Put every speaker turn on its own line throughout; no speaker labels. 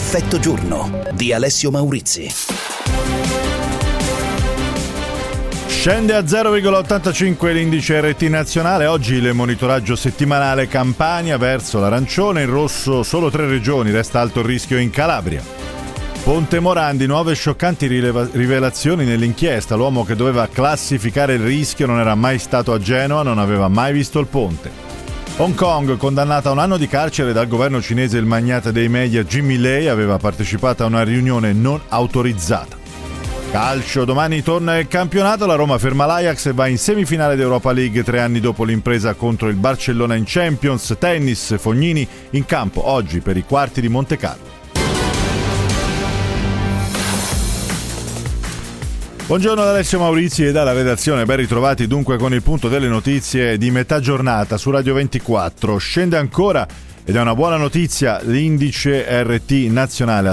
Effetto giorno di Alessio Maurizi.
Scende a 0,85 l'indice RT nazionale. Oggi il monitoraggio settimanale Campania verso l'arancione, in rosso solo 3 regioni, resta alto il rischio in Calabria. Ponte Morandi, nuove scioccanti rivelazioni nell'inchiesta. L'uomo che doveva classificare il rischio non era mai stato a Genova, non aveva mai visto il ponte. Hong Kong, condannata a 1 anno di carcere dal governo cinese, il magnate dei media Jimmy Lai aveva partecipato a una riunione non autorizzata. Calcio, domani torna il campionato, la Roma ferma l'Ajax e va in semifinale d'Europa League 3 anni dopo l'impresa contro il Barcellona in Champions. Tennis, Fognini in campo oggi per i quarti di Montecarlo. Buongiorno da Alessio Maurizi e dalla redazione, ben ritrovati dunque con il punto delle notizie di metà giornata su Radio 24. Scende ancora, ed è una buona notizia, l'indice RT nazionale a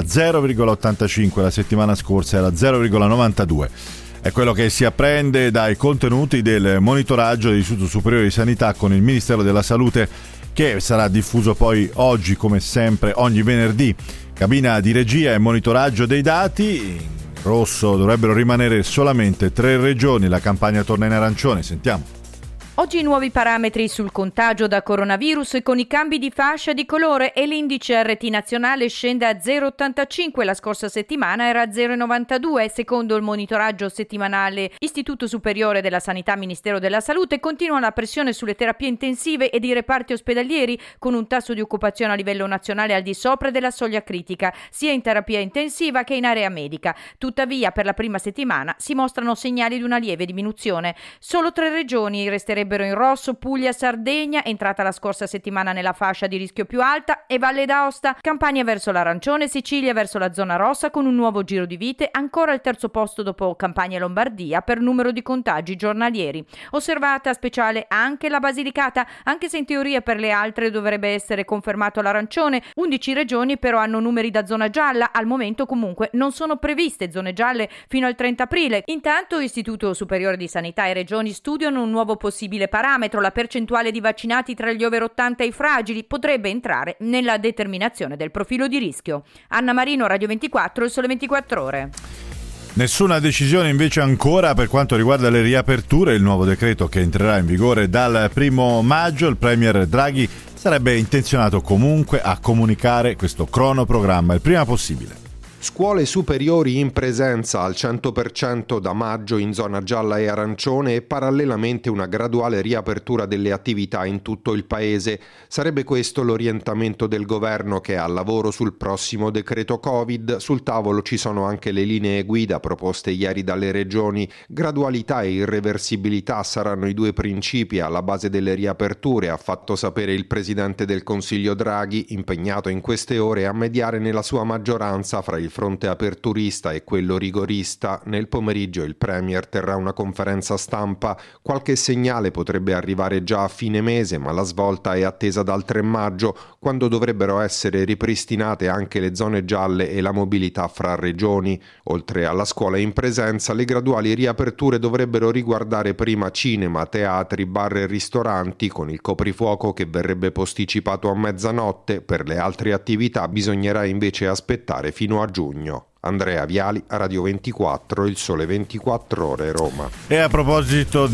0,85, la settimana scorsa era 0,92. È quello che si apprende dai contenuti del monitoraggio dell'Istituto Superiore di Sanità con il Ministero della Salute, che sarà diffuso poi oggi come sempre ogni venerdì. Cabina di regia e monitoraggio dei dati. In rosso dovrebbero rimanere solamente 3 regioni, la Campania torna in arancione, sentiamo.
Oggi nuovi parametri sul contagio da coronavirus con i cambi di fascia di colore e l'indice RT nazionale scende a 0,85, la scorsa settimana era 0,92. Secondo il monitoraggio settimanale Istituto Superiore della Sanità Ministero della Salute continua la pressione sulle terapie intensive ed i reparti ospedalieri con un tasso di occupazione a livello nazionale al di sopra della soglia critica, sia in terapia intensiva che in area medica. Tuttavia per la prima settimana si mostrano segnali di una lieve diminuzione. Solo 3 regioni resterebbero in rosso: Puglia, Sardegna, entrata la scorsa settimana nella fascia di rischio più alta, e Valle d'Aosta, Campania verso l'arancione, Sicilia verso la zona rossa con un nuovo giro di vite, ancora al terzo posto dopo Campania e Lombardia per numero di contagi giornalieri. Osservata speciale anche la Basilicata, anche se in teoria per le altre dovrebbe essere confermato l'arancione. 11 regioni però hanno numeri da zona gialla, al momento comunque non sono previste zone gialle fino al 30 aprile. Intanto Istituto Superiore di Sanità e Regioni studiano un nuovo possibile parametro, la percentuale di vaccinati tra gli over 80 e i fragili potrebbe entrare nella determinazione del profilo di rischio. Anna Marino, Radio 24, il Sole 24 Ore.
Nessuna decisione invece ancora per quanto riguarda le riaperture, il nuovo decreto che entrerà in vigore dal 1 maggio. Il premier Draghi sarebbe intenzionato comunque a comunicare questo cronoprogramma il prima possibile.
Scuole superiori in presenza al 100% da maggio in zona gialla e arancione e parallelamente una graduale riapertura delle attività in tutto il paese. Sarebbe questo l'orientamento del governo che è al lavoro sul prossimo decreto Covid. Sul tavolo ci sono anche le linee guida proposte ieri dalle regioni. Gradualità e irreversibilità saranno i 2 principi alla base delle riaperture, ha fatto sapere il presidente del Consiglio Draghi, impegnato in queste ore a mediare nella sua maggioranza fra il fronte aperturista e quello rigorista. Nel pomeriggio il premier terrà una conferenza stampa. Qualche segnale potrebbe arrivare già a fine mese, ma la svolta è attesa dal 3 maggio, quando dovrebbero essere ripristinate anche le zone gialle e la mobilità fra regioni. Oltre alla scuola in presenza, le graduali riaperture dovrebbero riguardare prima cinema, teatri, bar e ristoranti, con il coprifuoco che verrebbe posticipato a mezzanotte. Per le altre attività bisognerà invece aspettare fino a giugno. Andrea Viali, Radio 24, il Sole 24 Ore, Roma.
E a proposito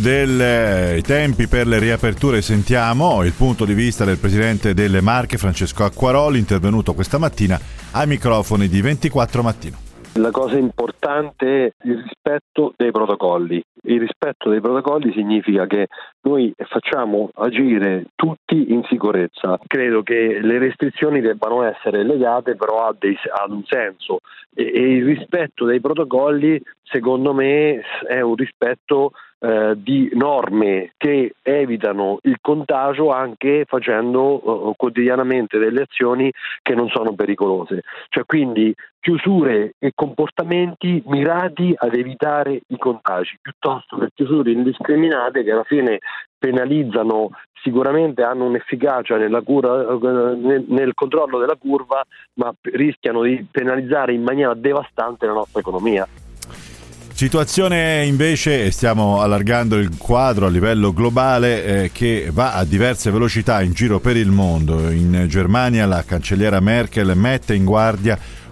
dei tempi per le riaperture, sentiamo il punto di vista del presidente delle Marche, Francesco Acquaroli, intervenuto questa mattina ai microfoni di 24 Mattino.
La cosa importante è il rispetto dei protocolli. Il rispetto dei protocolli significa che noi facciamo agire tutti in sicurezza. Credo che le restrizioni debbano essere legate però ad un senso e il rispetto dei protocolli secondo me è un rispetto di norme che evitano il contagio anche facendo quotidianamente delle azioni che non sono pericolose, cioè quindi chiusure e comportamenti mirati ad evitare i contagi piuttosto che chiusure indiscriminate che alla fine penalizzano, sicuramente hanno un'efficacia nella cura, nel controllo della curva, ma rischiano di penalizzare in maniera devastante la nostra economia.
Situazione invece, stiamo allargando il quadro a livello globale, che va a diverse velocità in giro per il mondo. In Germania la cancelliera Merkel mette in guardia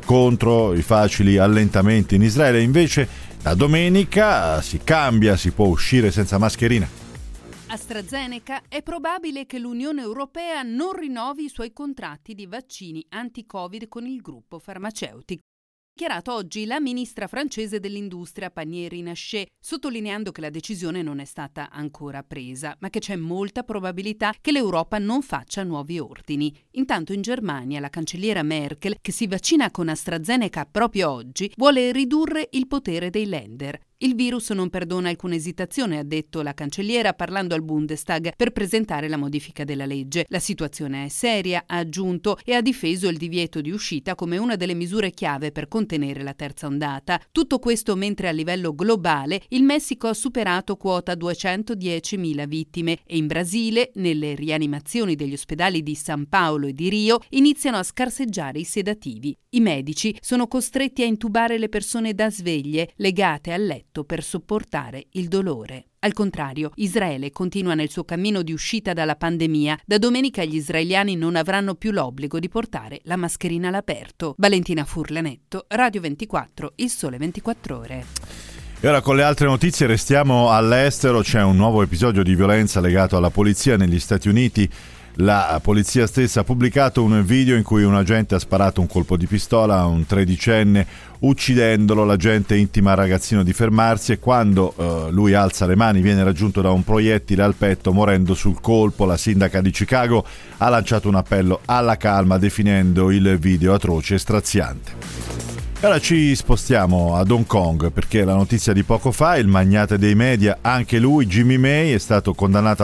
contro i facili allentamenti in Israele. Invece da domenica si cambia, si può uscire senza mascherina.
AstraZeneca, è probabile che l'Unione Europea non rinnovi i suoi contratti di vaccini anti-Covid con il gruppo farmaceutico. Dichiarato oggi la ministra francese dell'industria Pannier-Runacher, sottolineando che la decisione non è stata ancora presa, ma che c'è molta probabilità che l'Europa non faccia nuovi ordini. Intanto in Germania la cancelliera Merkel, che si vaccina con AstraZeneca proprio oggi, vuole ridurre il potere dei Länder. Il virus non perdona alcuna esitazione, ha detto la cancelliera parlando al Bundestag per presentare la modifica della legge. La situazione è seria, ha aggiunto, e ha difeso il divieto di uscita come una delle misure chiave per contenere la terza ondata. Tutto questo mentre a livello globale il Messico ha superato quota 210.000 vittime e in Brasile, nelle rianimazioni degli ospedali di San Paolo e di Rio, iniziano a scarseggiare i sedativi. I medici sono costretti a intubare le persone da sveglie, legate al letto per sopportare il dolore. Al contrario, Israele continua nel suo cammino di uscita dalla pandemia. Da domenica gli israeliani non avranno più l'obbligo di portare la mascherina all'aperto. Valentina Furlanetto, Radio 24, Il Sole 24 Ore.
E ora con le altre notizie restiamo all'estero. C'è un nuovo episodio di violenza legato alla polizia negli Stati Uniti. La polizia stessa ha pubblicato un video in cui un agente ha sparato un colpo di pistola a un 13enne, uccidendolo. L'agente intima al ragazzino di fermarsi e quando lui alza le mani viene raggiunto da un proiettile al petto, morendo sul colpo. La sindaca di Chicago ha lanciato un appello alla calma, definendo il video atroce e straziante. Ora ci spostiamo ad Hong Kong perché la notizia di poco fa, il magnate dei media, anche lui, Jimmy Lei, è stato condannato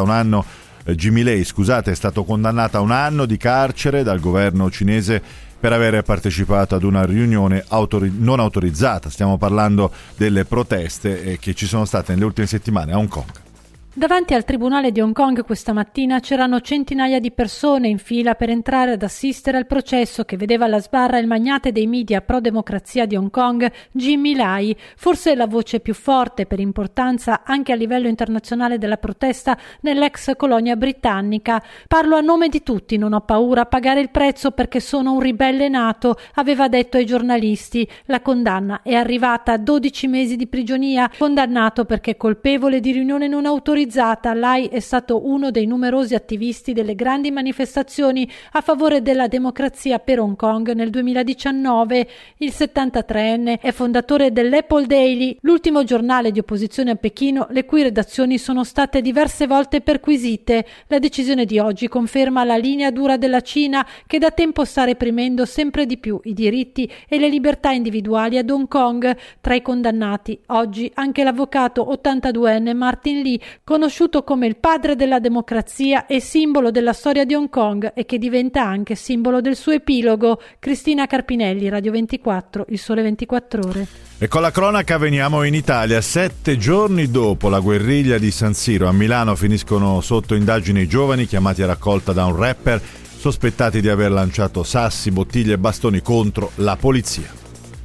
a un anno di carcere dal governo cinese per aver partecipato ad una riunione non autorizzata. Stiamo parlando delle proteste che ci sono state nelle ultime settimane a Hong Kong.
Davanti al tribunale di Hong Kong questa mattina c'erano centinaia di persone in fila per entrare ad assistere al processo che vedeva alla sbarra il magnate dei media pro-democrazia di Hong Kong, Jimmy Lai, forse la voce più forte per importanza anche a livello internazionale della protesta nell'ex colonia britannica. Parlo a nome di tutti, non ho paura a pagare il prezzo perché sono un ribelle nato, aveva detto ai giornalisti. La condanna è arrivata a 12 mesi di prigionia, condannato perché colpevole di riunione non autorizzata. Lai è stato uno dei numerosi attivisti delle grandi manifestazioni a favore della democrazia per Hong Kong nel 2019. Il 73enne è fondatore dell'Apple Daily, l'ultimo giornale di opposizione a Pechino, le cui redazioni sono state diverse volte perquisite. La decisione di oggi conferma la linea dura della Cina, che da tempo sta reprimendo sempre di più i diritti e le libertà individuali ad Hong Kong. Tra i condannati oggi anche l'avvocato 82enne Martin Lee, conosciuto come il padre della democrazia e simbolo della storia di Hong Kong e che diventa anche simbolo del suo epilogo. Cristina Carpinelli, Radio 24, Il Sole 24 Ore.
E con la cronaca veniamo in Italia. 7 giorni dopo la guerriglia di San Siro, a Milano finiscono sotto indagine i giovani chiamati a raccolta da un rapper sospettati di aver lanciato sassi, bottiglie e bastoni contro la polizia.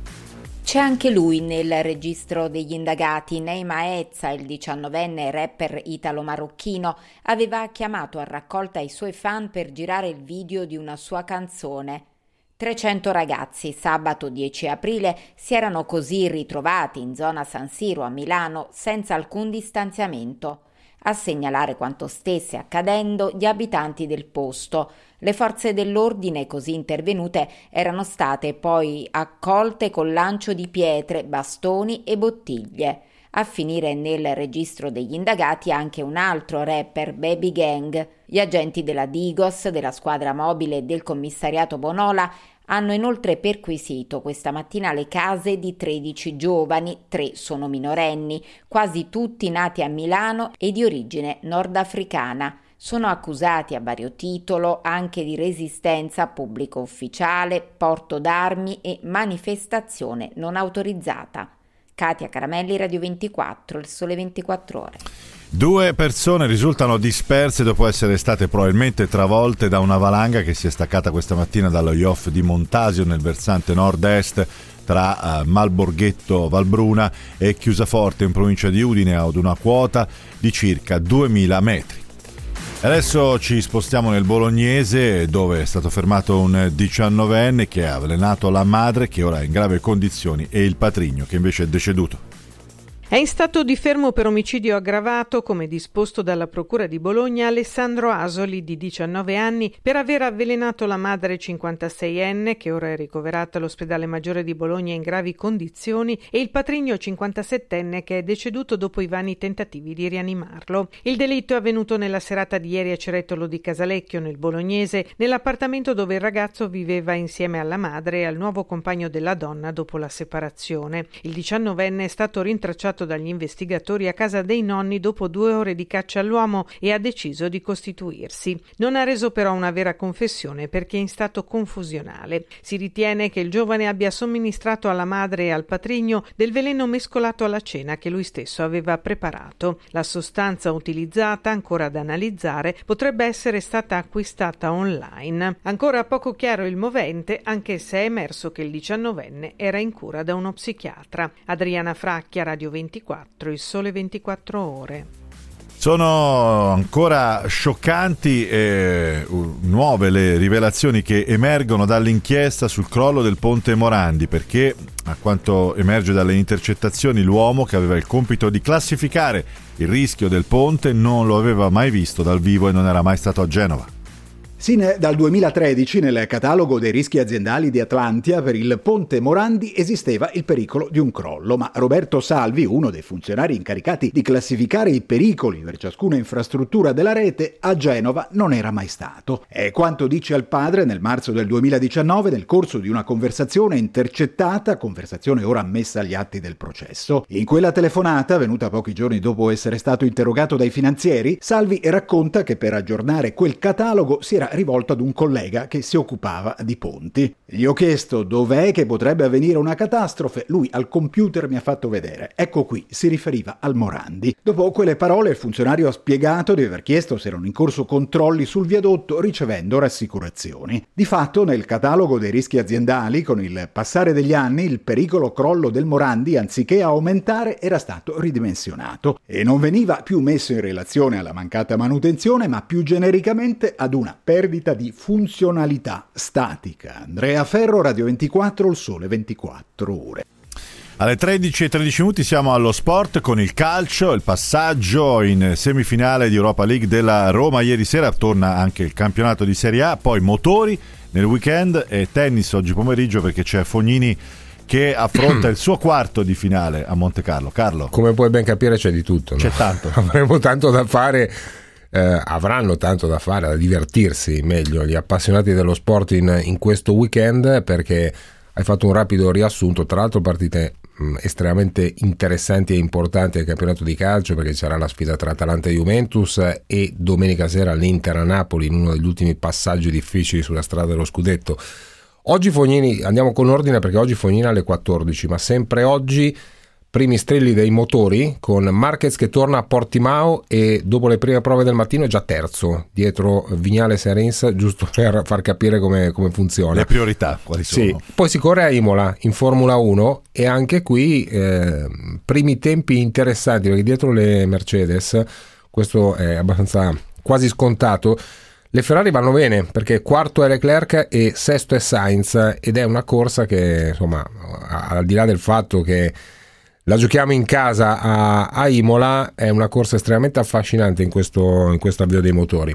C'è anche lui nel registro degli indagati. Neima Ezza, il 19enne rapper italo-marocchino, aveva chiamato a raccolta i suoi fan per girare il video di una sua canzone. 300 ragazzi sabato 10 aprile si erano così ritrovati in zona San Siro a Milano senza alcun distanziamento. A segnalare quanto stesse accadendo gli abitanti del posto. Le forze dell'ordine così intervenute erano state poi accolte col lancio di pietre, bastoni e bottiglie. A finire nel registro degli indagati anche un altro rapper, Baby Gang. Gli agenti della Digos, della squadra mobile e del commissariato Bonola hanno inoltre perquisito questa mattina le case di 13 giovani, 3 sono minorenni, quasi tutti nati a Milano e di origine nordafricana. Sono accusati a vario titolo anche di resistenza a pubblico ufficiale, porto d'armi e manifestazione non autorizzata. Katia Caramelli, Radio 24, Il Sole 24 Ore.
2 persone risultano disperse dopo essere state probabilmente travolte da una valanga che si è staccata questa mattina dallo IOF di Montasio nel versante nord-est tra Malborghetto Valbruna e Chiusaforte in provincia di Udine ad una quota di circa 2000 metri. Adesso ci spostiamo nel Bolognese, dove è stato fermato un 19enne che ha avvelenato la madre, che ora è in grave condizioni, e il patrigno, che invece è deceduto.
È in stato di fermo per omicidio aggravato, come disposto dalla Procura di Bologna, Alessandro Asoli, di 19 anni, per aver avvelenato la madre 56enne, che ora è ricoverata all'ospedale maggiore di Bologna in gravi condizioni, e il patrigno 57enne, che è deceduto dopo i vani tentativi di rianimarlo. Il delitto è avvenuto nella serata di ieri a Ceretolo di Casalecchio, nel Bolognese, nell'appartamento dove il ragazzo viveva insieme alla madre e al nuovo compagno della donna dopo la separazione. Il 19enne è stato rintracciato dagli investigatori a casa dei nonni dopo 2 ore di caccia all'uomo e ha deciso di costituirsi. Non ha reso però una vera confessione perché è in stato confusionale. Si ritiene che il giovane abbia somministrato alla madre e al patrigno del veleno mescolato alla cena che lui stesso aveva preparato. La sostanza utilizzata, ancora da analizzare, potrebbe essere stata acquistata online. Ancora poco chiaro il movente, anche se è emerso che il 19enne era in cura da uno psichiatra. Adriana Fracchia, Radio 24, Il Sole 24 Ore.
Sono ancora scioccanti e nuove le rivelazioni che emergono dall'inchiesta sul crollo del ponte Morandi, perché, a quanto emerge dalle intercettazioni, l'uomo che aveva il compito di classificare il rischio del ponte non lo aveva mai visto dal vivo e non era mai stato a Genova.
Sin dal 2013 nel catalogo dei rischi aziendali di Atlantia per il ponte Morandi esisteva il pericolo di un crollo, ma Roberto Salvi, uno dei funzionari incaricati di classificare i pericoli per ciascuna infrastruttura della rete, a Genova non era mai stato. È quanto dice al padre nel marzo del 2019 nel corso di una conversazione intercettata, conversazione ora messa agli atti del processo. In quella telefonata, venuta pochi giorni dopo essere stato interrogato dai finanzieri, Salvi racconta che per aggiornare quel catalogo si era rivolto ad un collega che si occupava di ponti. Gli ho chiesto dov'è che potrebbe avvenire una catastrofe, lui al computer mi ha fatto vedere. Ecco qui, si riferiva al Morandi. Dopo quelle parole il funzionario ha spiegato di aver chiesto se erano in corso controlli sul viadotto ricevendo rassicurazioni. Di fatto nel catalogo dei rischi aziendali, con il passare degli anni, il pericolo crollo del Morandi, anziché aumentare, era stato ridimensionato e non veniva più messo in relazione alla mancata manutenzione, ma più genericamente ad una perdita di funzionalità statica. Andrea Ferro, Radio 24, Il Sole 24 Ore.
Alle 13:13 siamo allo sport con il calcio, il passaggio in semifinale di Europa League della Roma. Ieri sera torna anche il campionato di Serie A, poi motori nel weekend e tennis oggi pomeriggio, perché c'è Fognini che affronta il suo quarto di finale a Monte Carlo. Carlo.
Come puoi ben capire c'è di tutto, no?
C'è tanto.
Avremo tanto da fare. Avranno tanto da fare, da divertirsi meglio gli appassionati dello sport in questo weekend, perché hai fatto un rapido riassunto, tra l'altro partite estremamente interessanti e importanti al campionato di calcio, perché c'era la sfida tra Atalanta e Juventus e domenica sera l'Inter a Napoli in uno degli ultimi passaggi difficili sulla strada dello scudetto. Oggi Fognini, andiamo con ordine perché oggi Fognini alle 14, ma sempre oggi primi strilli dei motori, con Marquez che torna a Portimao e dopo le prime prove del mattino è già terzo dietro Vignales e Rins, giusto per far capire come funziona.
Le priorità quali sono?
Sì. Poi si corre a Imola in Formula 1 e anche qui primi tempi interessanti, perché dietro le Mercedes, questo è abbastanza quasi scontato, le Ferrari vanno bene, perché quarto è Leclerc e sesto è Sainz, ed è una corsa che, insomma, al di là del fatto che la giochiamo in casa a Imola, è una corsa estremamente affascinante in questo avvio dei motori.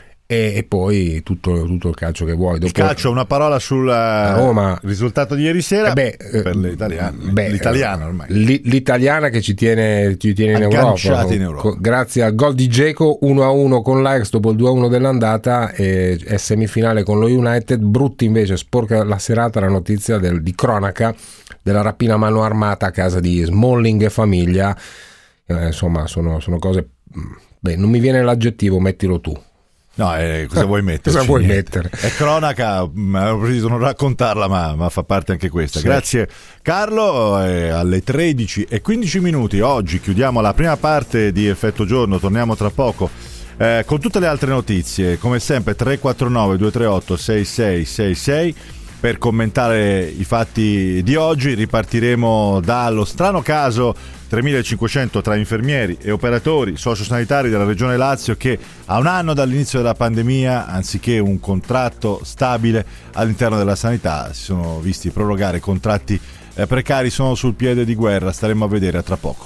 E poi tutto il calcio che vuoi. Dopo,
il calcio, una parola sul
Roma,
risultato di ieri sera per le italiane. L'italiana ormai.
L'italiana che ci tiene in Europa. Grazie al gol di Dzeko 1-1 con l'Ajax dopo il 2-1 dell'andata, e è semifinale con lo United. Brutti invece, sporca la serata la notizia di cronaca della rapina a mano armata a casa di Smalling e famiglia. Insomma, sono cose. Non mi viene l'aggettivo, mettilo tu.
No, cosa vuoi mettere?
Cosa vuoi mettere?
È cronaca, avevo preso non raccontarla, ma fa parte anche questa. Sì. Grazie Carlo, alle 13:15 oggi chiudiamo la prima parte di Effetto Giorno, torniamo tra poco con tutte le altre notizie, come sempre 349 238 6666. per commentare i fatti di oggi. Ripartiremo dallo strano caso 3.500 tra infermieri e operatori sociosanitari della Regione Lazio che a un anno dall'inizio della pandemia, anziché un contratto stabile all'interno della sanità, si sono visti prorogare contratti precari, sono sul piede di guerra. Staremo a vedere a tra poco.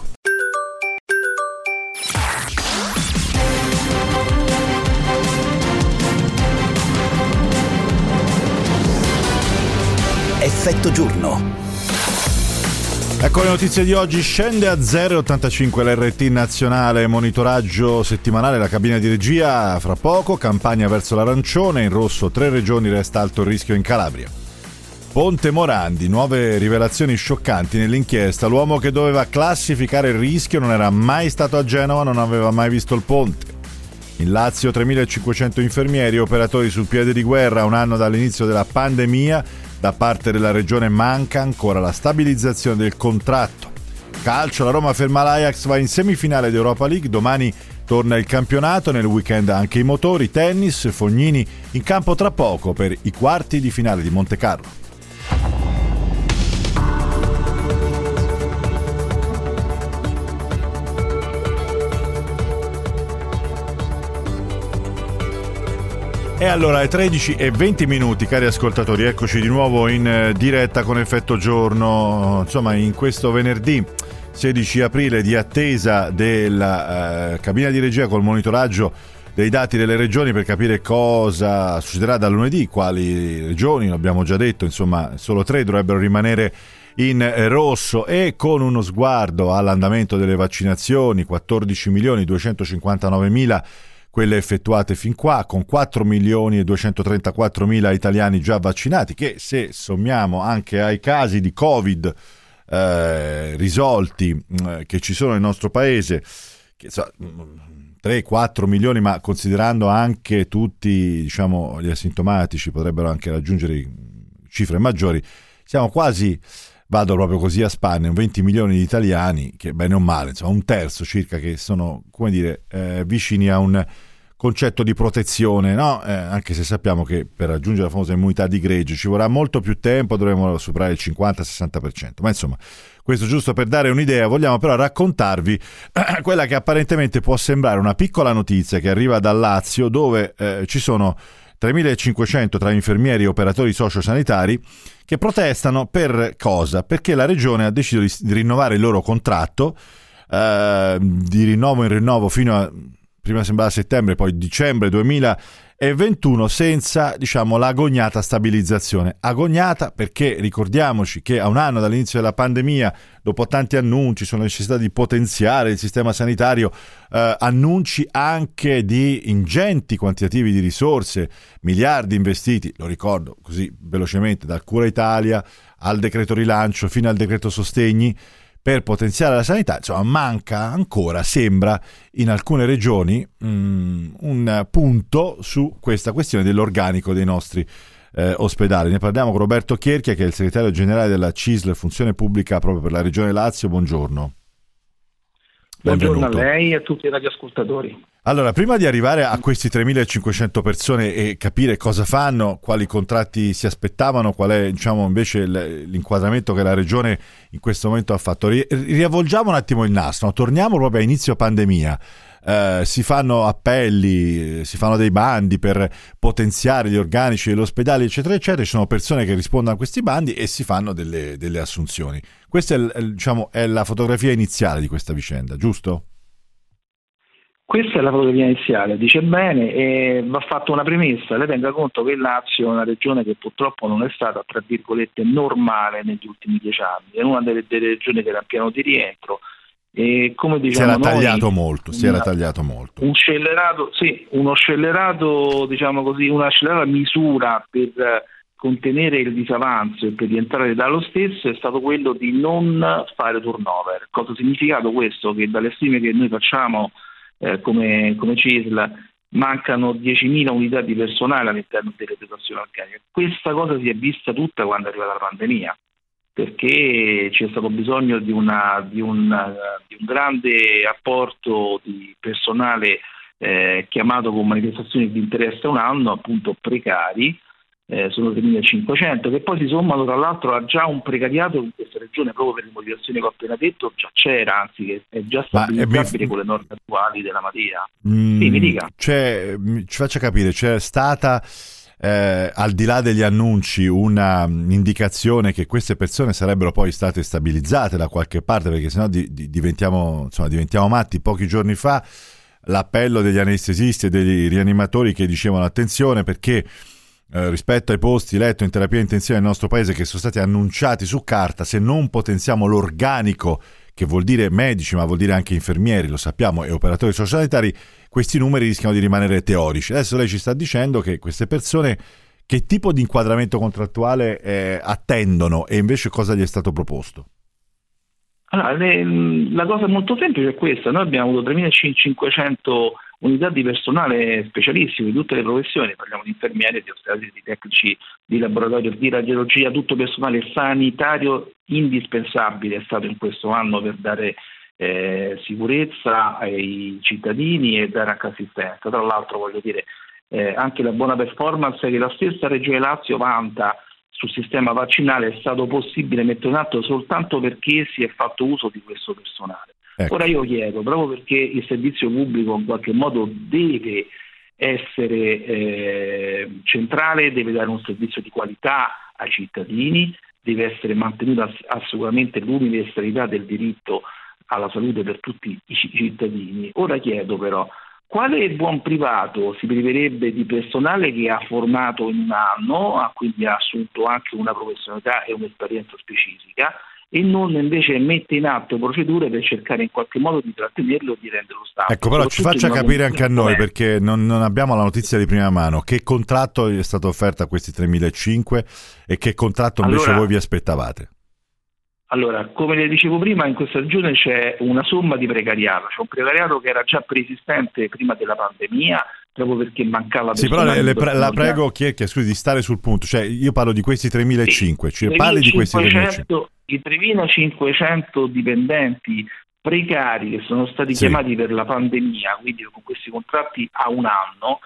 Effetto giorno.
Ecco le notizie di oggi. Scende a 0,85 l'RT nazionale, monitoraggio settimanale, la cabina di regia fra poco, campagna verso l'arancione, in rosso 3 regioni, resta alto il rischio in Calabria. Ponte Morandi, nuove rivelazioni scioccanti nell'inchiesta, l'uomo che doveva classificare il rischio non era mai stato a Genova, non aveva mai visto il ponte. In Lazio 3.500 infermieri e operatori sul piede di guerra a un anno dall'inizio della pandemia. Da parte della regione manca ancora la stabilizzazione del contratto. Calcio, la Roma ferma l'Ajax, va in semifinale di Europa League, domani torna il campionato, nel weekend anche i motori. Tennis, Fognini in campo tra poco per i quarti di finale di Montecarlo. E allora è 13:20, cari ascoltatori, eccoci di nuovo in diretta con Effetto Giorno, insomma in questo venerdì 16 aprile di attesa della cabina di regia col monitoraggio dei dati delle regioni per capire cosa succederà da lunedì, quali regioni, l'abbiamo già detto, insomma solo 3 dovrebbero rimanere in rosso, e con uno sguardo all'andamento delle vaccinazioni, 14.259.000 quelle effettuate fin qua, con 4.234.000 italiani già vaccinati, che se sommiamo anche ai casi di Covid risolti che ci sono nel nostro paese, che 3-4 milioni, ma considerando anche tutti, diciamo, gli asintomatici, potrebbero anche raggiungere cifre maggiori, siamo quasi, vado proprio così a spanne, 20 milioni di italiani che bene o male, insomma un terzo circa, che sono, come dire, vicini a un concetto di protezione, no? Anche se sappiamo che per raggiungere la famosa immunità di gregge ci vorrà molto più tempo, dovremo superare il 50-60%, ma insomma questo giusto per dare un'idea. Vogliamo però raccontarvi quella che apparentemente può sembrare una piccola notizia che arriva dal Lazio, dove ci sono 3.500 tra infermieri e operatori sociosanitari che protestano per cosa? Perché la regione ha deciso di rinnovare il loro contratto, di rinnovo in rinnovo fino a, prima sembrava settembre, poi dicembre 2021, senza, diciamo, l'agognata stabilizzazione. Agognata perché ricordiamoci che a un anno dall'inizio della pandemia, dopo tanti annunci sulla necessità di potenziare il sistema sanitario, annunci anche di ingenti quantitativi di risorse, miliardi investiti, lo ricordo così velocemente, dal Cura Italia al decreto rilancio fino al decreto sostegni, per potenziare la sanità, insomma manca ancora, sembra, in alcune regioni un punto su questa questione dell'organico dei nostri ospedali. Ne parliamo con Roberto Chierchia, che è il segretario generale della CISL Funzione Pubblica proprio per la Regione Lazio. Buongiorno.
Buongiorno
Benvenuto.
a lei e a tutti i radioascoltatori.
Allora, prima di arrivare a questi 3.500 persone e capire cosa fanno, quali contratti si aspettavano, qual è, diciamo, invece l'inquadramento che la Regione in questo momento ha fatto, riavvolgiamo un attimo il nastro, no? Torniamo proprio a inizio pandemia. Si fanno appelli, si fanno dei bandi per potenziare gli organici dell'ospedale, eccetera, eccetera. Ci sono persone che rispondono a questi bandi e si fanno delle assunzioni. Questa è la fotografia iniziale di questa vicenda, giusto?
Questa è la fotografia iniziale, dice bene, e va fatta una premessa. Lei tenga conto che il Lazio è una regione che purtroppo non è stata, tra virgolette, normale negli ultimi 10 anni. È una delle regioni che era in piano di rientro. E come diciamo,
si era tagliato molto.
Uno scellerato, diciamo così, una scellerata misura per contenere il disavanzo e per rientrare dallo stesso è stato quello di non fare turnover. Cosa ha significato questo? Che dalle stime che noi facciamo come CISL mancano 10.000 unità di personale all'interno delle dotazioni organiche. Questa cosa si è vista tutta quando è arrivata la pandemia, perché c'è stato bisogno di un grande apporto di personale chiamato con manifestazioni di interesse a un anno, appunto precari, sono 3.500, che poi si sommano tra l'altro a già un precariato in questa regione, proprio per le motivazioni che ho appena detto, già c'era, anzi che è già stabilizzabile con le norme attuali della materia. Sì, mi dica.
Ci faccia capire, c'è stata al di là degli annunci una indicazione che queste persone sarebbero poi state stabilizzate da qualche parte, perché sennò diventiamo matti. Pochi giorni fa l'appello degli anestesisti e degli rianimatori che dicevano attenzione perché rispetto ai posti letto in terapia intensiva nel nostro paese che sono stati annunciati su carta, se non potenziamo l'organico, che vuol dire medici ma vuol dire anche infermieri, lo sappiamo, e operatori sociosanitari, questi numeri rischiano di rimanere teorici. Adesso lei ci sta dicendo che queste persone che tipo di inquadramento contrattuale attendono e invece cosa gli è stato proposto?
Allora, la cosa molto semplice è questa: noi abbiamo avuto 3.500 unità di personale specialissimo di tutte le professioni, parliamo di infermieri, di ostetrici, di tecnici di laboratorio, di radiologia, tutto personale sanitario indispensabile è stato in questo anno per dare sicurezza ai cittadini e dare anche assistenza. Tra l'altro voglio dire anche la buona performance che la stessa Regione Lazio vanta sul sistema vaccinale è stato possibile mettere in atto soltanto perché si è fatto uso di questo personale. Ecco. Ora io chiedo, proprio perché il servizio pubblico in qualche modo deve essere centrale, deve dare un servizio di qualità ai cittadini, deve essere mantenuta assolutamente l'universalità del diritto alla salute per tutti i cittadini. Ora chiedo però, quale buon privato si priverebbe di personale che ha formato in un anno, quindi ha assunto anche una professionalità e un'esperienza specifica, e non invece mette in atto procedure per cercare in qualche modo di trattenerlo o di renderlo stabile?
Ecco, però ci faccia capire anche a noi, perché non abbiamo la notizia di prima mano, che contratto è stato offerto a questi 3.500 e che contratto invece voi vi aspettavate?
Allora, come le dicevo prima, in questa regione c'è una somma di precariato, c'è un precariato che era già preesistente prima della pandemia, proprio perché mancava personale.
Sì, però la prego, Chierchia, scusi, di stare sul punto, cioè io parlo di questi 3.500, cioè parli di questi 3.500.
I 3.500 dipendenti precari che sono stati chiamati per la pandemia, quindi con questi contratti a un anno,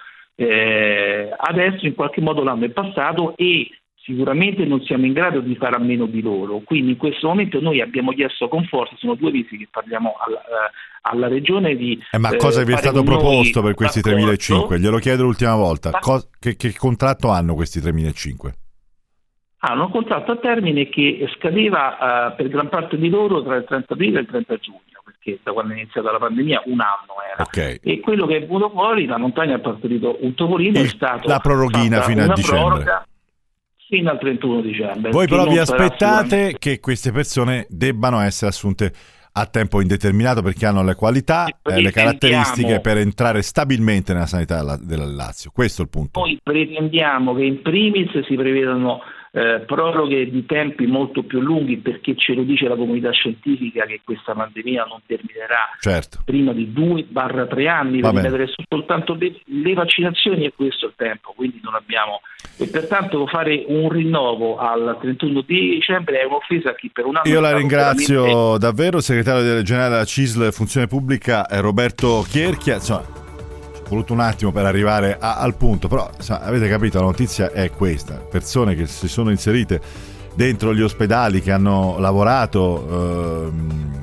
adesso in qualche modo l'anno è passato e sicuramente non siamo in grado di fare a meno di loro, quindi in questo momento noi abbiamo chiesto con forza, sono 2 mesi che parliamo alla regione di
ma cosa vi è stato proposto per questi 3.500? Glielo chiedo l'ultima volta, che contratto hanno questi 3.500?
Hanno un contratto a termine che scadeva per gran parte di loro tra il 30 aprile e il 30 giugno, perché da quando è iniziata la pandemia un anno era. Okay. E quello che è venuto fuori, la montagna ha partorito un topolino, è stato
la proroghina fino a dicembre.
Fino al 31 dicembre.
Voi però vi aspettate che queste persone debbano essere assunte a tempo indeterminato perché hanno le qualità, le caratteristiche per entrare stabilmente nella sanità della Lazio. Questo è il punto.
Noi pretendiamo che in primis si prevedano proroghe di tempi molto più lunghi, perché ce lo dice la comunità scientifica che questa pandemia non terminerà prima di 2-3 anni per rimettere soltanto le vaccinazioni, e questo è il tempo, quindi non abbiamo, e pertanto fare un rinnovo al 31 di dicembre è un'offesa a chi per un anno.
Io la ringrazio davvero, il segretario generale della CISL Funzione Pubblica Roberto Chierchia. Insomma, voluto un attimo per arrivare al punto, però avete capito, la notizia è questa: persone che si sono inserite dentro gli ospedali, che hanno lavorato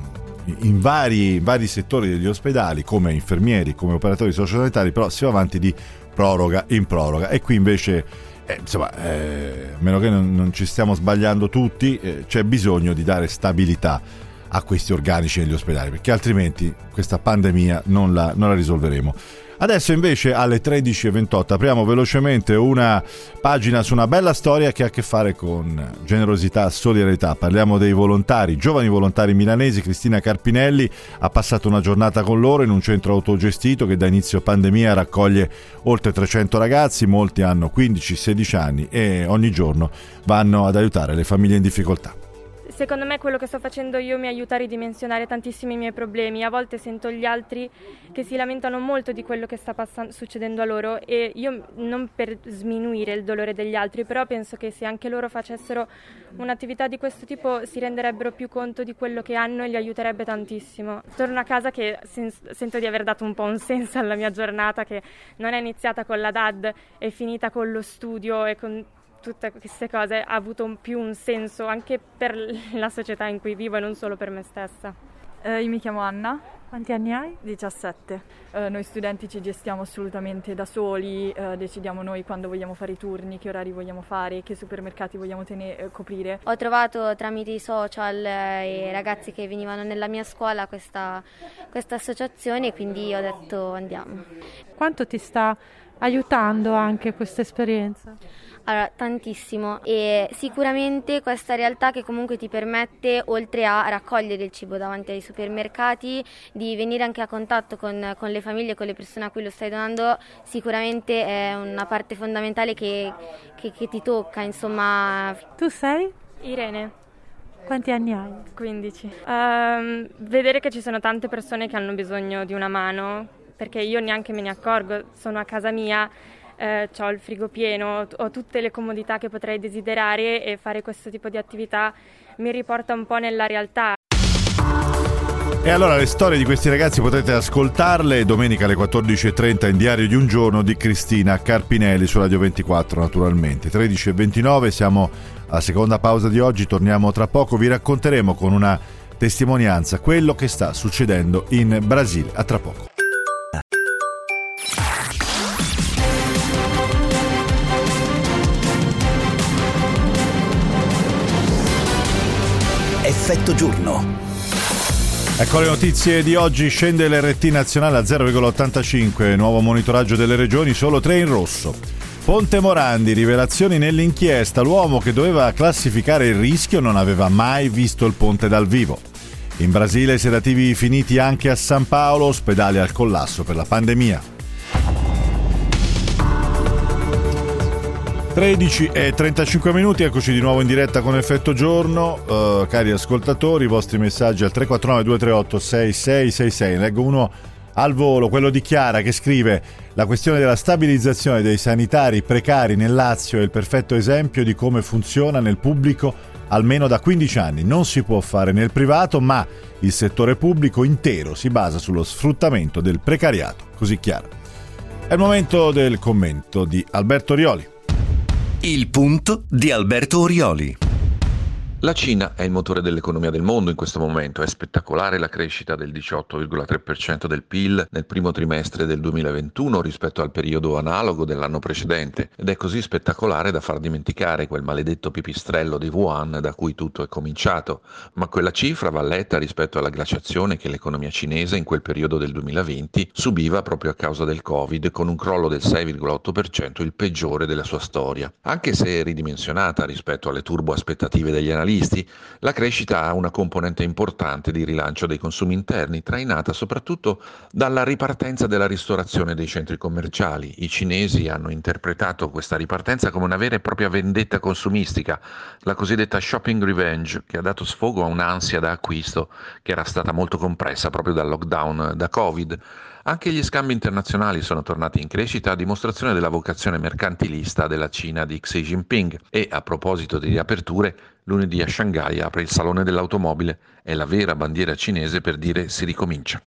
in vari settori degli ospedali come infermieri, come operatori sociosanitari, però si va avanti di proroga in proroga, e qui invece a meno che non ci stiamo sbagliando tutti, c'è bisogno di dare stabilità a questi organici negli ospedali, perché altrimenti questa pandemia non la risolveremo. Adesso invece alle 13.28 apriamo velocemente una pagina su una bella storia che ha a che fare con generosità, solidarietà. Parliamo dei volontari, giovani volontari milanesi. Cristina Carpinelli ha passato una giornata con loro in un centro autogestito che da inizio pandemia raccoglie oltre 300 ragazzi, molti hanno 15-16 anni e ogni giorno vanno ad aiutare le famiglie in difficoltà.
Secondo me quello che sto facendo io mi aiuta a ridimensionare tantissimi miei problemi. A volte sento gli altri che si lamentano molto di quello che sta succedendo a loro, e io, non per sminuire il dolore degli altri, però penso che se anche loro facessero un'attività di questo tipo si renderebbero più conto di quello che hanno e li aiuterebbe tantissimo. Torno a casa che sento di aver dato un po' un senso alla mia giornata, che non è iniziata con la DAD, è finita con lo studio e con tutte queste cose ha avuto più un senso anche per la società in cui vivo e non solo per me stessa.
Io mi chiamo Anna.
Quanti anni hai?
17. Noi studenti ci gestiamo assolutamente da soli, decidiamo noi quando vogliamo fare i turni, che orari vogliamo fare, che supermercati vogliamo coprire.
Ho trovato tramite i social e ragazzi che venivano nella mia scuola questa associazione e quindi ho detto andiamo.
Quanto ti sta aiutando anche questa esperienza?
Allora, tantissimo, e sicuramente questa realtà che comunque ti permette, oltre a raccogliere il cibo davanti ai supermercati, di venire anche a contatto con le famiglie, con le persone a cui lo stai donando, sicuramente è una parte fondamentale che ti tocca, insomma.
Tu sei?
Irene.
Quanti anni hai?
15. Vedere che ci sono tante persone che hanno bisogno di una mano, perché io neanche me ne accorgo, sono a casa mia, ho il frigo pieno, ho tutte le comodità che potrei desiderare e fare questo tipo di attività mi riporta un po' nella realtà.
E allora le storie di questi ragazzi potete ascoltarle domenica alle 14.30 in Diario di un giorno di Cristina Carpinelli su Radio 24 naturalmente. 13.29, siamo alla seconda pausa di oggi, torniamo tra poco, vi racconteremo con una testimonianza quello che sta succedendo in Brasile. A tra poco.
Effetto giorno.
Ecco le notizie di oggi. Scende l'RT nazionale a 0,85, nuovo monitoraggio delle regioni, solo 3 in rosso. Ponte Morandi, rivelazioni nell'inchiesta, l'uomo che doveva classificare il rischio non aveva mai visto il ponte dal vivo. In Brasile sedativi finiti anche a San Paolo, ospedali al collasso per la pandemia. 13:35, eccoci di nuovo in diretta con Effetto Giorno. Cari ascoltatori, i vostri messaggi al 349 238 6666. Leggo uno al volo, quello di Chiara, che scrive: la questione della stabilizzazione dei sanitari precari nel Lazio è il perfetto esempio di come funziona nel pubblico almeno da 15 anni. Non si può fare nel privato, ma il settore pubblico intero si basa sullo sfruttamento del precariato. Così Chiara. È il momento del commento di Alberto Orioli.
Il punto di Alberto Orioli.
La Cina è il motore dell'economia del mondo in questo momento, è spettacolare la crescita del 18,3% del PIL nel primo trimestre del 2021 rispetto al periodo analogo dell'anno precedente ed è così spettacolare da far dimenticare quel maledetto pipistrello di Wuhan da cui tutto è cominciato, ma quella cifra va letta rispetto alla glaciazione che l'economia cinese in quel periodo del 2020 subiva proprio a causa del Covid, con un crollo del 6,8%, il peggiore della sua storia. Anche se ridimensionata rispetto alle turbo aspettative degli analisti, la crescita ha una componente importante di rilancio dei consumi interni, trainata soprattutto dalla ripartenza della ristorazione dei centri commerciali. I cinesi hanno interpretato questa ripartenza come una vera e propria vendetta consumistica, la cosiddetta shopping revenge, che ha dato sfogo a un'ansia da acquisto che era stata molto compressa proprio dal lockdown da Covid. Anche gli scambi internazionali sono tornati in crescita a dimostrazione della vocazione mercantilista della Cina di Xi Jinping e, a proposito di riaperture, lunedì a Shanghai apre il Salone dell'Automobile, è la vera bandiera cinese per dire si ricomincia.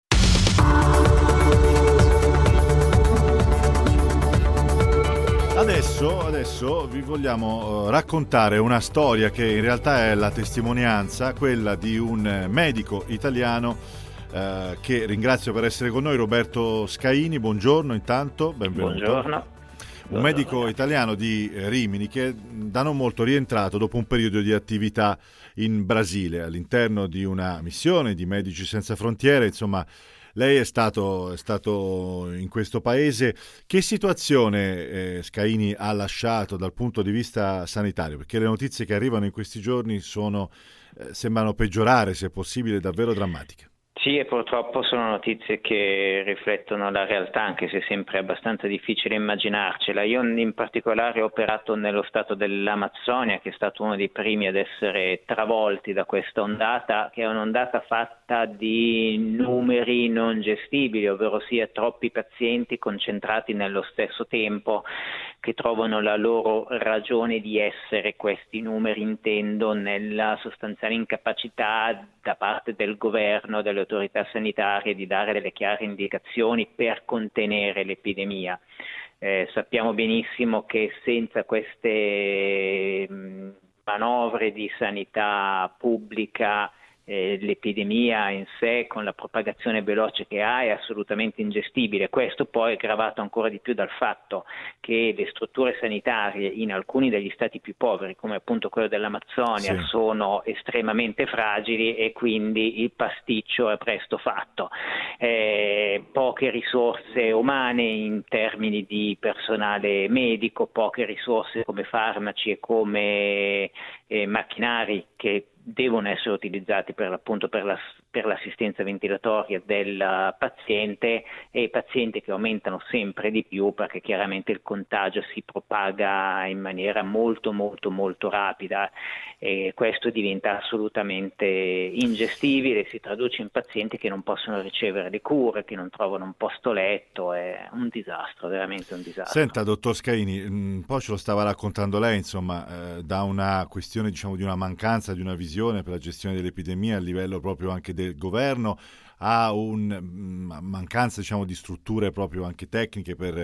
Adesso vi vogliamo raccontare una storia che in realtà è la testimonianza, quella di un medico italiano che ringrazio per essere con noi, Roberto Scaini. Buongiorno intanto, benvenuto.
Buongiorno.
Un medico italiano di Rimini che da non molto rientrato dopo un periodo di attività in Brasile all'interno di una missione di Medici Senza Frontiere. Insomma, lei è stato in questo paese. Che situazione Scaini ha lasciato dal punto di vista sanitario? Perché le notizie che arrivano in questi giorni sembrano peggiorare, se possibile, davvero drammatiche.
Sì, e purtroppo sono notizie che riflettono la realtà, anche se sempre è abbastanza difficile immaginarcela. Io in particolare ho operato nello stato dell'Amazzonia, che è stato uno dei primi ad essere travolti da questa ondata, che è un'ondata fatta di numeri non gestibili, ovvero sia troppi pazienti concentrati nello stesso tempo, che trovano la loro ragione di essere. Questi numeri intendo nella sostanziale incapacità da parte del governo, delle autorità sanitarie, di dare delle chiare indicazioni per contenere l'epidemia. Sappiamo benissimo che senza queste manovre di sanità pubblica l'epidemia in sé, con la propagazione veloce che ha, è assolutamente ingestibile. Questo poi è gravato ancora di più dal fatto che le strutture sanitarie in alcuni degli stati più poveri, come appunto quello dell'Amazzonia, sono estremamente fragili e quindi il pasticcio è presto fatto. Poche risorse umane in termini di personale medico, poche risorse come farmaci e come macchinari che devono essere utilizzati per l'assistenza ventilatoria del paziente, e i pazienti che aumentano sempre di più perché chiaramente il contagio si propaga in maniera molto molto molto rapida, e questo diventa assolutamente ingestibile, si traduce in pazienti che non possono ricevere le cure, che non trovano un posto letto. È un disastro, veramente un disastro.
Senta, dottor Scaini, un po' ce lo stava raccontando lei, insomma, da una questione, diciamo, di una mancanza di una visione per la gestione dell'epidemia a livello proprio anche del governo, a una mancanza, diciamo, di strutture proprio anche tecniche per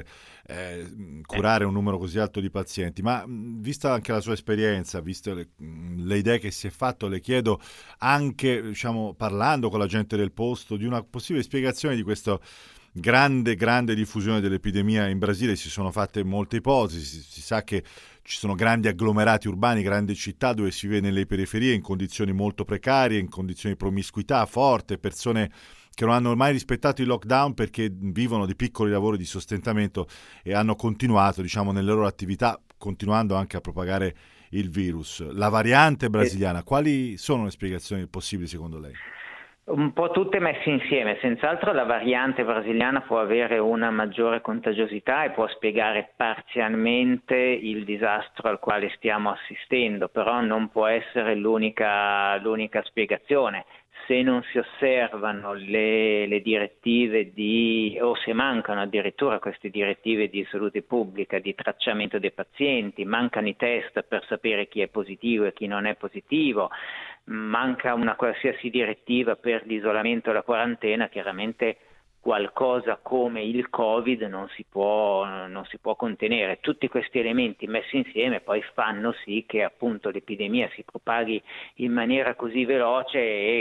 curare un numero così alto di pazienti. Ma vista anche la sua esperienza, viste le idee che si è fatto, le chiedo anche, diciamo, parlando con la gente del posto, di una possibile spiegazione di questo grande diffusione dell'epidemia in Brasile. Si sono fatte molte ipotesi, si sa che ci sono grandi agglomerati urbani, grandi città dove si vive nelle periferie in condizioni molto precarie, in condizioni di promiscuità forte, persone che non hanno mai rispettato il lockdown perché vivono di piccoli lavori di sostentamento e hanno continuato, diciamo, nelle loro attività, continuando anche a propagare il virus. La variante brasiliana, quali sono le spiegazioni possibili secondo lei?
Un po' tutte messe insieme. Senz'altro la variante brasiliana può avere una maggiore contagiosità e può spiegare parzialmente il disastro al quale stiamo assistendo, però non può essere l'unica spiegazione. Se non si osservano le direttive o se mancano addirittura queste direttive di salute pubblica, di tracciamento dei pazienti, mancano i test per sapere chi è positivo e chi non è positivo, manca una qualsiasi direttiva per l'isolamento e la quarantena, chiaramente qualcosa come il Covid non si può contenere. Tutti questi elementi messi insieme poi fanno sì che appunto l'epidemia si propaghi in maniera così veloce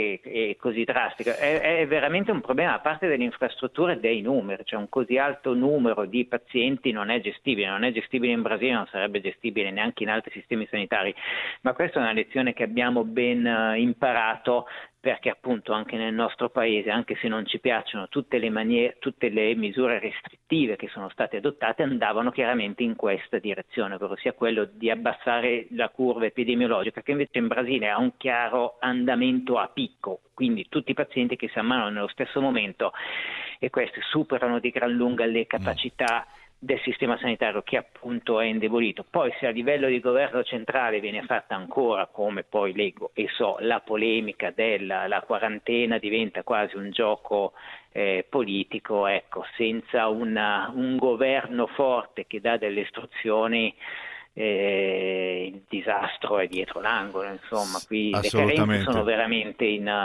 e così drastica. È veramente un problema, a parte delle infrastrutture, dei numeri, cioè un così alto numero di pazienti non è gestibile in Brasile, non sarebbe gestibile neanche in altri sistemi sanitari, ma questa è una lezione che abbiamo ben imparato, perché appunto anche nel nostro paese, anche se non ci piacciono tutte le misure restrittive che sono state adottate, andavano chiaramente in questa direzione, ovvero sia quello di abbassare la curva epidemiologica, che invece in Brasile ha un chiaro andamento a picco, quindi tutti i pazienti che si ammalano nello stesso momento, e questi superano di gran lunga le capacità del sistema sanitario, che appunto è indebolito. Poi se a livello di governo centrale viene fatta ancora, come poi leggo e so, la polemica della quarantena diventa quasi un gioco politico, ecco, senza un governo forte che dà delle istruzioni, il disastro è dietro l'angolo, insomma, qui le carenze sono veramente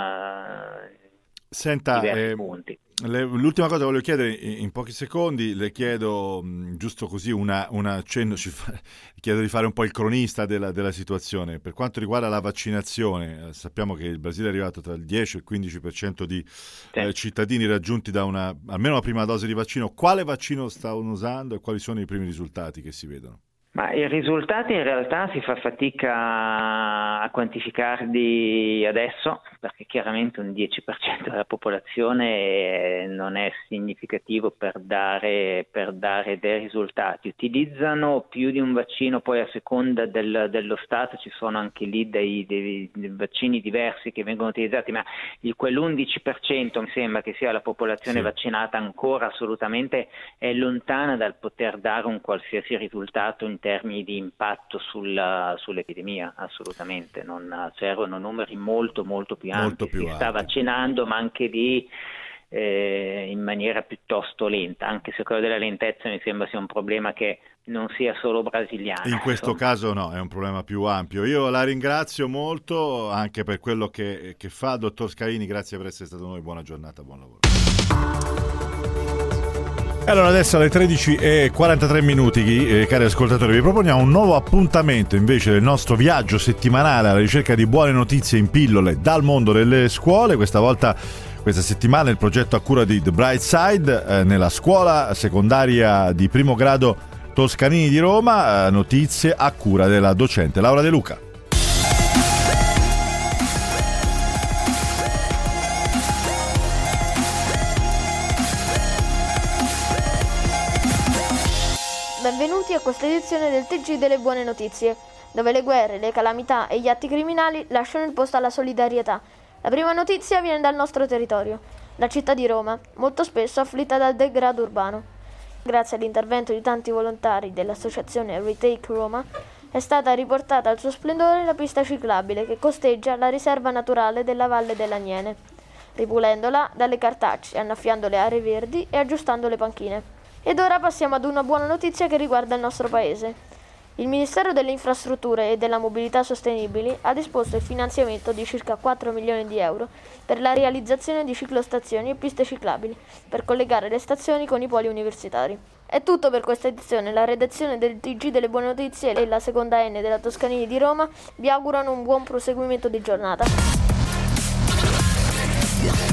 diversi punti.
L'ultima cosa che voglio chiedere in pochi secondi, le chiedo giusto così un accenno, chiedo di fare un po' il cronista della situazione. Per quanto riguarda la vaccinazione, sappiamo che il Brasile è arrivato tra il 10 e il 15% di cittadini raggiunti da almeno una prima dose di vaccino. Quale vaccino stanno usando e quali sono i primi risultati che si vedono?
Ma i risultati in realtà si fa fatica a quantificarli adesso, perché chiaramente un 10% della popolazione non è significativo per dare dei risultati. Utilizzano più di un vaccino, poi a seconda dello Stato ci sono anche lì dei vaccini diversi che vengono utilizzati, ma quell'11% mi sembra che sia la popolazione vaccinata ancora assolutamente è lontana dal poter dare un qualsiasi risultato in termini di impatto sull'epidemia, assolutamente. Non servono numeri molto più ampi. Si sta vaccinando, ma anche lì in maniera piuttosto lenta, anche se quello della lentezza mi sembra sia un problema che non sia solo brasiliano.
In questo caso no, è un problema più ampio. Io la ringrazio molto anche per quello che fa. Dottor Scaini, grazie per essere stato con noi, buona giornata, buon lavoro. Allora adesso alle 13:43 cari ascoltatori, vi proponiamo un nuovo appuntamento invece del nostro viaggio settimanale alla ricerca di buone notizie in pillole dal mondo delle scuole. Questa settimana il progetto a cura di The Bright Side nella scuola secondaria di primo grado Toscanini di Roma, notizie a cura della docente Laura De Luca.
Benvenuti a questa edizione del TG delle buone notizie, dove le guerre, le calamità e gli atti criminali lasciano il posto alla solidarietà. La prima notizia viene dal nostro territorio, la città di Roma, molto spesso afflitta dal degrado urbano. Grazie all'intervento di tanti volontari dell'associazione Retake Roma, è stata riportata al suo splendore la pista ciclabile che costeggia la riserva naturale della Valle dell'Aniene, ripulendola dalle cartacce, annaffiando le aree verdi e aggiustando le panchine. Ed ora passiamo ad una buona notizia che riguarda il nostro paese. Il Ministero delle Infrastrutture e della Mobilità Sostenibili ha disposto il finanziamento di circa 4 milioni di euro per la realizzazione di ciclostazioni e piste ciclabili per collegare le stazioni con i poli universitari. È tutto per questa edizione. La redazione del TG delle buone notizie e la seconda N della Toscanini di Roma vi augurano un buon proseguimento di giornata.